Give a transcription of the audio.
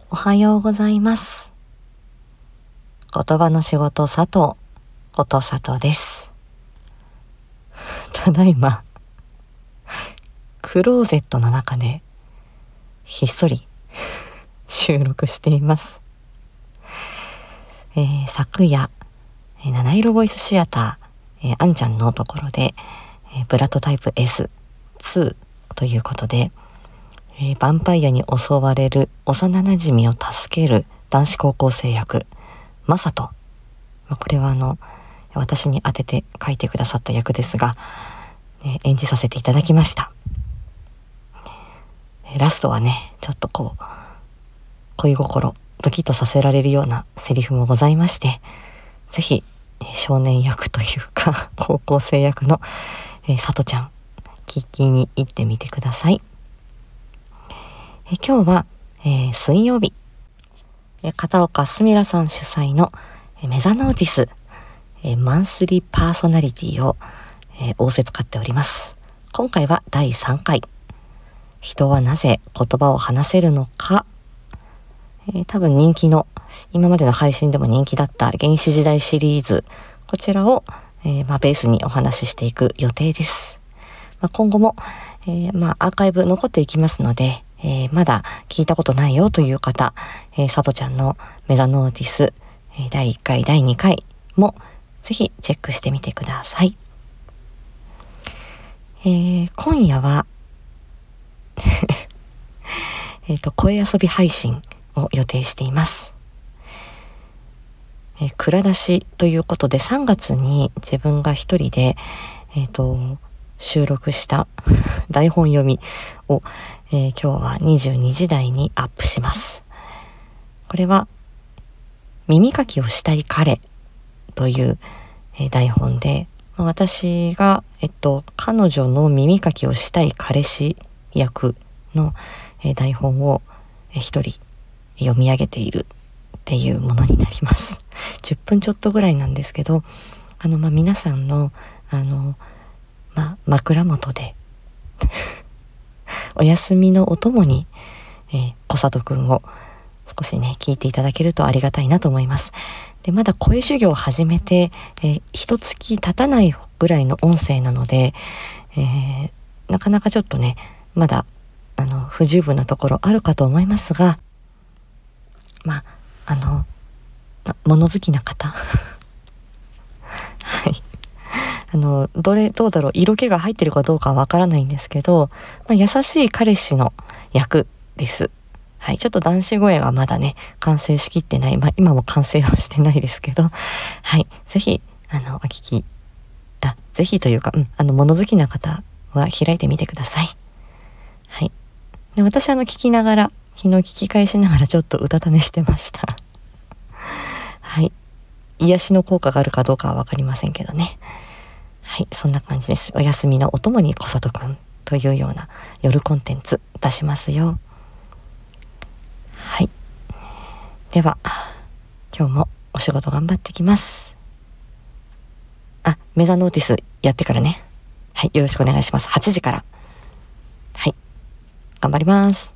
おはようございます。言葉の仕事佐藤こと佐藤です。ただいまクローゼットの中でひっそり収録しています。昨夜七色ボイスシアター、あんちゃんのところで、ブラッドタイプ S2 ということで、ヴァンパイアに襲われる幼馴染を助ける男子高校生役マサト、これは私に当てて書いてくださった役ですが、演じさせていただきました。ラストはね、ちょっと恋心ドキッとさせられるようなセリフもございまして、ぜひ少年役というか高校生役のさとちゃん聞きに行ってみてください。今日は、水曜日、片岡すみらさん主催のメザノーティス、マンスリーパーソナリティを、仰せつかっております。今回は第3回、人はなぜ言葉を話せるのか、多分人気の今までの配信でも人気だった原始時代シリーズ、こちらを、ベースにお話ししていく予定です。今後も、アーカイブ残っていきますので、まだ聞いたことないよという方、さとちゃんのメザノーティス、第1回第2回もぜひチェックしてみてください。今夜は声遊び配信を予定しています。蔵出しということで3月に自分が一人で収録した台本読みを、今日は22時台にアップします。これは耳かきをしたい彼という、台本で、私が、彼女の耳かきをしたい彼氏役の、台本を一人読み上げているっていうものになります。10分ちょっとぐらいなんですけど、皆さんの枕元でお休みのお供に、小里くんを少しね聞いていただけるとありがたいなと思います。で、まだ声修行を始めて、一月経たないぐらいの音声なので、なかなかちょっとねまだ不十分なところあるかと思いますが、物好きな方はいどうだろう、色気が入ってるかどうかはわからないんですけど、優しい彼氏の役です。はい、ちょっと男子声がまだね完成しきってない、今も完成はしてないですけど、はい、ぜひお聞きぜひというか、物好きな方は開いてみてください。はい。で、私聞きながら、昨日聞き返しながらちょっとうたた寝してましたはい、癒しの効果があるかどうかはわかりませんけどね。はい、そんな感じです。お休みのお供に小里くんというような夜コンテンツ出しますよ。はい、では今日もお仕事頑張ってきます。メザノーティスやってからね、はい、よろしくお願いします。8時から、はい、頑張ります。